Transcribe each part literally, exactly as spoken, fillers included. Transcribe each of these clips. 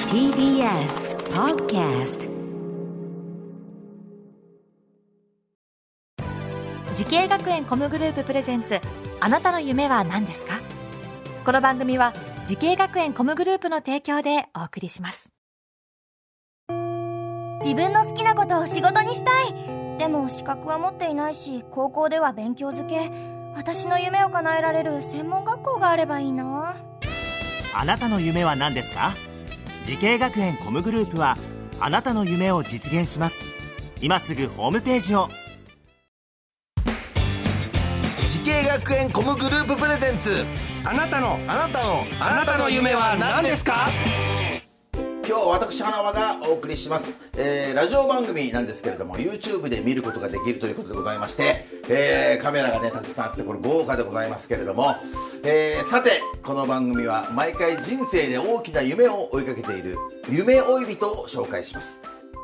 ティービーエス Podcast。 時系学園コムグループプレゼンツ、あなたの夢は何ですか？この番組は時系学園コムグループの提供でお送りします。 自分の好きなことを仕事にしたい。でも資格は持っていないし、高校では勉強づけ。私の夢を叶えられる専門学校があればいいな。 あなたの夢は何ですか？時系学園コムグループはあなたの夢を実現します。今すぐホームページを。 時系学園コムグループプレゼンツ、 あなたのあなたのあなたの夢は何ですか？ 今日私花輪がお送りします、えー、ラジオ番組なんですけれども YouTube で見ることができるということでございまして、えー、カメラがねたくさんあってこれ豪華でございますけれども、えー、さてこの番組は毎回人生で大きな夢を追いかけている夢追い人を紹介します。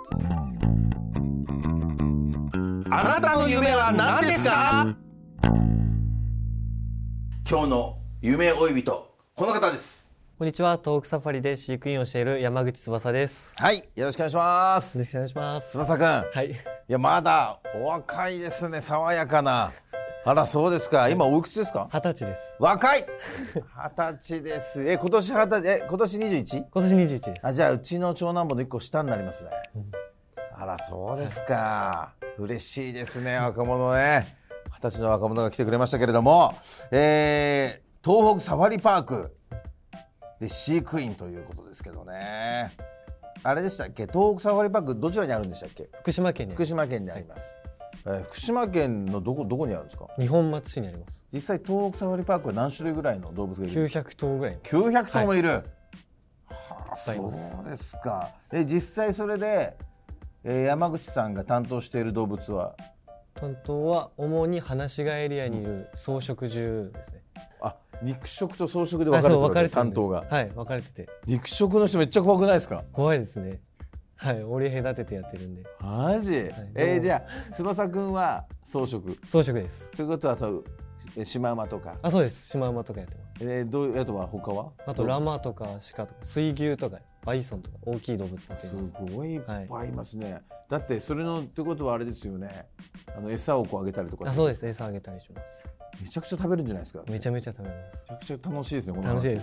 あなたの夢は何ですか？ 今日の夢追い人、この方です。 こんにちは、東北サファリで飼育員をしている山口翼です。 はい、よろしくお願いします。 よろしくお願いします。 翼くん、 はい。 いやまだお若いですね、爽やかな。あらそうですか。今おいくつですか？ 二十歳です。 若い。二十歳です。え今年二十歳、え今年にじゅういち？ 今年にじゅういちです。 あ、じゃあうちの長男坊の一個下になりますね、 うん、 あらそうですか。嬉しいですね、若者ね。二十歳の若者が来てくれましたけれども、えー、東北サファリパークで飼育員ということですけどね。あれでしたっけ、東北サファリパークどちらにあるんでしたっけ？ 福島県に。 福島県にあります、はい。えー、福島県のどこどこにあるんですか？ 二本松市にあります。 実際東北サファリパークは何種類ぐらいの動物がいるんですか？ きゅうひゃくとうぐらい。 きゅうひゃくとうもいる。はい、はあ、 そうですか。え実際それで、えー、山口さんが担当している動物は？ 担当は主に放し飼いエリアにいる草食獣ですね。 あ、肉食と草食で分かれてるわけです。担当が。 はい、分かれてて。 肉食の人めっちゃ怖くないですか？ 怖いですね。はい、折り隔ててやってるんで。 マジ？はい、えー、じゃあ翼くんは草食？ 草食です。 ということはそうシマウマとか？ あ、そうです。シマウマとかやってます。 えー、どうあとは他は？ あとラマとか鹿とか水牛とかバイソンとか大きい動物たちすごいいっぱいいますね、はい、だってそれのってことはあれですよね、あの餌をこうあげたりとか。 あ、そうです。餌あげたりします。 めちゃくちゃ食べるんじゃないですか？ めちゃめちゃ食べます。 めちゃくちゃ楽しいですね。この楽しいです。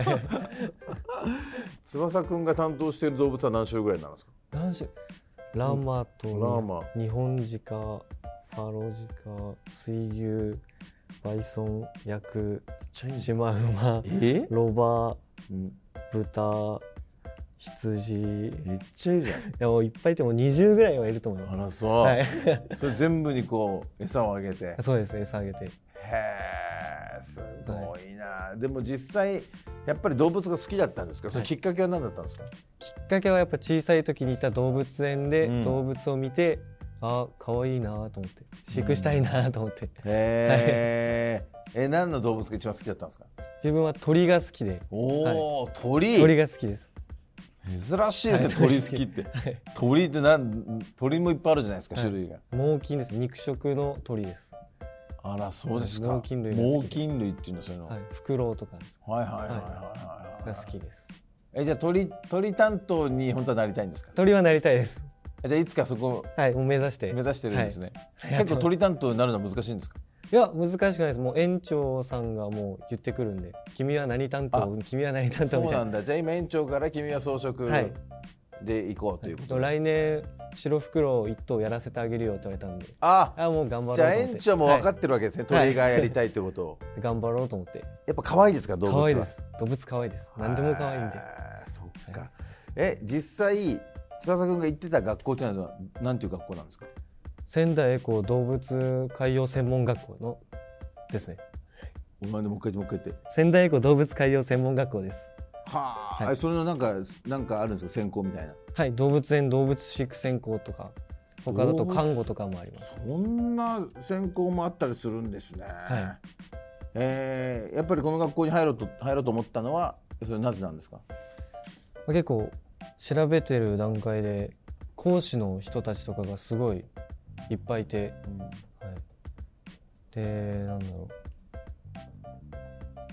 翼くんが担当している動物は何種類ぐらいなんですか？ 何種？ラマとラマ、 日本鹿、ファロジカ、水牛、バイソン、ヤク、シマウマ、ロバ、うん、豚、羊。 めっちゃいいじゃん。いやもういっぱいいてもにじゅうぐらいはいると思います。 あらそう、はい、それ全部にこう餌をあげて。 そうです、餌あげて。へー、すごいな、はい、でも実際やっぱり動物が好きだったんですか？そのきっかけは何だったんですか？ きっかけはやっぱ小さい時にいた動物園で動物を見て、うん、あ、可愛いなと思って飼育したいなと思って、うん、 へー、え、何の動物が一番好きだったんですか？ 自分は鳥が好きで。 おー、はい、鳥鳥が好きです。 珍しいですね、はい、鳥好きって、はい、鳥ってなん鳥もいっぱいあるじゃないですか、はい、種類が。 猛禽です。肉食の鳥です。 あらそうですか。 猛禽類が好き。猛禽類っていうのはそういうの、 はい、フクロウとかです。 はいはいはいはいはい、 が好きです。 え、じゃあ鳥鳥担当に本当はなりたいんですか？ 鳥はなりたいです。 じゃあいつかそこ、 はい、もう目指して目指してるんですね、はい、結構鳥担当になるのは難しいんですか？ いや難しくないです。もう園長さんがもう言ってくるんで、君は何担当、君は何担当みたいな。 そうなんだ。じゃあ今園長から君は草食で行こうということで、 はい、来年白フクロウ一頭やらせてあげるよって言われたんで、 ああ、もう頑張ろうと思って。 じゃあ園長も分かってるわけですね、はい、鳥がやりたいってことを、はい、 頑張ろうと思って。 やっぱ可愛いですか？動物は。 可愛いです。動物可愛いです。何でも可愛いんで。 そっか、はい、え実際翼くんが行ってた学校っていうのは何ていう学校なんですか？ 仙台エコ動物海洋専門学校のですね。 お前でもう一回もう一回言って。 仙台エコ動物海洋専門学校です。 はあ、はい、それのなんかなんかあるんですか？専攻みたいな。 はい、動物園動物飼育専攻とか、他だと看護とかもあります。 そんな専攻もあったりするんですね。はい、えー、やっぱりこの学校に入ろうと入ろうと思ったのはそれなぜなんですか？ 結構調べてる段階で講師の人たちとかがすごいいっぱいいて、うん、はい、でなんだろう、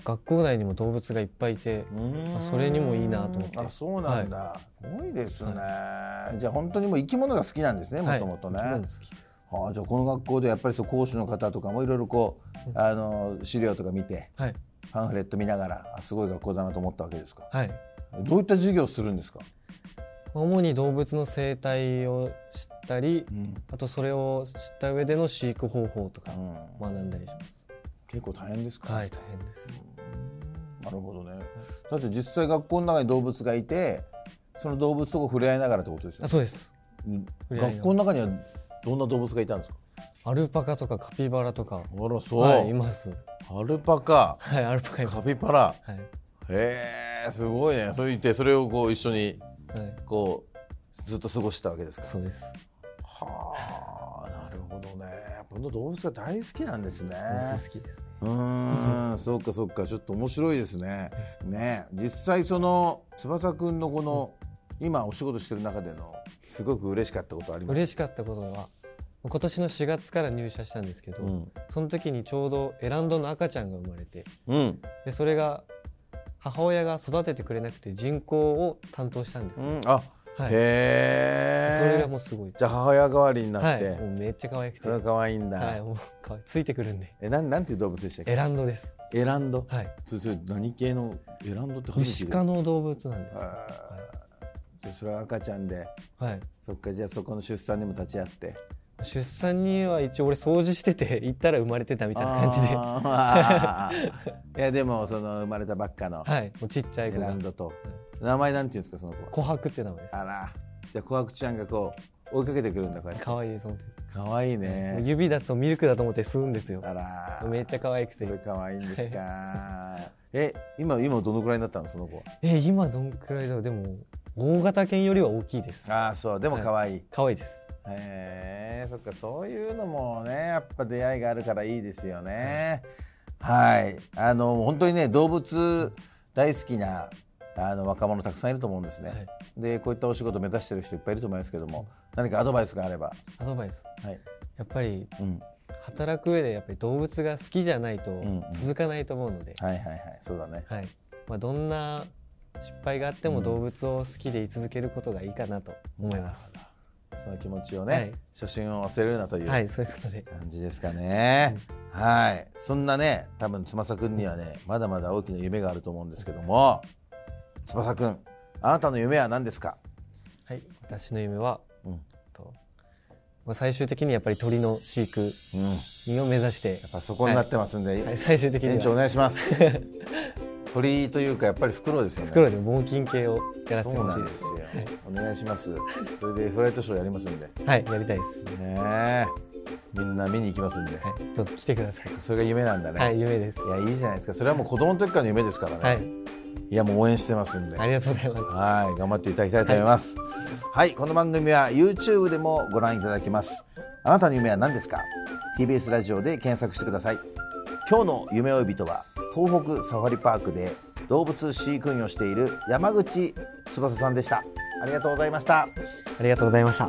学校内にも動物がいっぱいいて、まあ、それにもいいなと思って。 あ、そうなんだ、はい、すごいですね、はい、じゃあ本当にもう生き物が好きなんですね、もともとね。はい、はあ、じゃあこの学校でやっぱりそう講師の方とかもいろいろこう、うん、あの資料とか見て、はい、パンフレット見ながら、あ、すごい学校だなと思ったわけですか。はい、どういった授業をするんですか。 主に動物の生態を知ったり、うん、あとそれを知った上での飼育方法とか学んだりします。 結構大変ですか。 はい、大変です。 なるほどね。だって実際学校の中に動物がいて、その動物と触れ合いながらってことですよね。 あ、そうです。 学校の中にはどんな動物がいたんですか。 アルパカとかカピバラとか。 あら、そう、 はい、います。 アルパカ、 はい、アルパカいます。 カピバラ、 はい、 へえ、すごいね。そう言ってそれをこう一緒にこうずっと過ごしたわけですか。 そうです。 はあ、なるほどね。この動物が大好きなんですね。 動物好きですね。 うーん、そうかそうか、ちょっと面白いですね。ね、実際その翼くんのこの、うん、今お仕事してる中でのすごく嬉しかったことありますか。 嬉しかったことは今年のしがつから入社したんですけど、うん、その時にちょうどエランドの赤ちゃんが生まれて、うん、でそれが母親が育ててくれなくて人工を担当したんです、ね。うん、あ、 はい、へえ。 それがもうすごい。 じゃあ母親代わりになって、 はい、もうめっちゃ可愛くて。 可愛いんだ。 はい、もう可愛い、ついてくるんで。 え、なん、なんていう動物でしたっけ。 エランドです。 エランド。 はい。 それ、それ何系のエランドって初めて聞いた。 牛科の動物なんです。はい。 じゃあそれは赤ちゃんで。はい。そっか、じゃあそこの出産にも立ち会って。 出産には一応俺掃除してて行ったら生まれてたみたいな感じで。 いやでもその生まれたばっかの、 はい、もうちっちゃい子がエランドと、はい、名前なんていうんですかその子は。 琥珀って名前です。 あら、じゃあ琥珀ちゃんがこう追いかけてくるんだ。こうやって可愛いです本当に。 可愛いね。 指出すとミルクだと思って吸うんですよ。 あら、 めっちゃ可愛くて。 それ可愛いんですか。え、今今どのくらいになったのその子は。 え、今どのくらいだろう。でも大型犬よりは大きいです。 ああ、そう。でも可愛い、はい、 可愛いです。 へえ、そっか、そういうのもねやっぱ出会いがあるからいいですよね。はい、あの本当にね動物大好きなあの若者たくさんいると思うんですね。はい、でこういったお仕事を目指している人いっぱいいると思いますけども、うん、何かアドバイスがあれば。 アドバイス、はい、やっぱり、うん、働く上でやっぱり動物が好きじゃないと続かないと思うので、 うんうん、はいはいはい、そうだね。はい、 まあ、どんな失敗があっても動物を好きで居続けることがいいかなと思います。うん、 その気持ちをね、はい、初心を忘れるなという、 はい、そういうことで感じですかね。うん、はい、そんなね多分翼くんにはねまだまだ大きな夢があると思うんですけども、翼くん、あなたの夢は何ですか。 はい、私の夢は、うん、とまあ、最終的にやっぱり鳥の飼育を目指して、うん、やっぱそこになってますんで、 はいはい、最終的には園長お願いします。鳥というかやっぱりフクロウですよね。 フクロウで猛禽系をやらせてほしいです。 そうなんですよ、はい、お願いします。それでフライトショーやりますんで。 はい、やりたいですね。みんな見に行きますんで、はい、 ちょっと来てください。 それが夢なんだね。 はい、夢です。 いや、いいじゃないですか。それはもう子供の時からの夢ですからね。はい、いやもう応援してますんで。 ありがとうございます。 はい、頑張っていただきたいと思います。はい、はい、この番組は YouTube でもご覧いただけます。あなたの夢は何ですか。 ティービーエス ラジオで検索してください。今日の夢追い人は東北サファリパークで動物飼育員をしている山口翼さんでした。ありがとうございました。 ありがとうございました。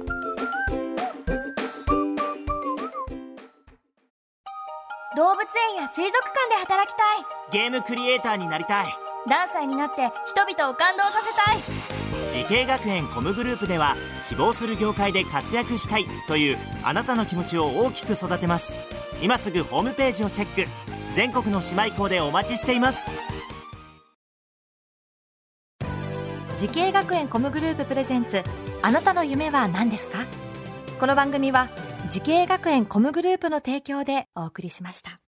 動物園や水族館で働きたい。 ゲームクリエイターになりたい。 何歳になって人々を感動させたい。 時系学園コムグループでは希望する業界で活躍したいというあなたの気持ちを大きく育てます。今すぐホームページをチェック。全国の姉妹校でお待ちしています。 時系学園コムグループプレゼンツ、あなたの夢は何ですか。この番組は時系学園コムグループの提供でお送りしました。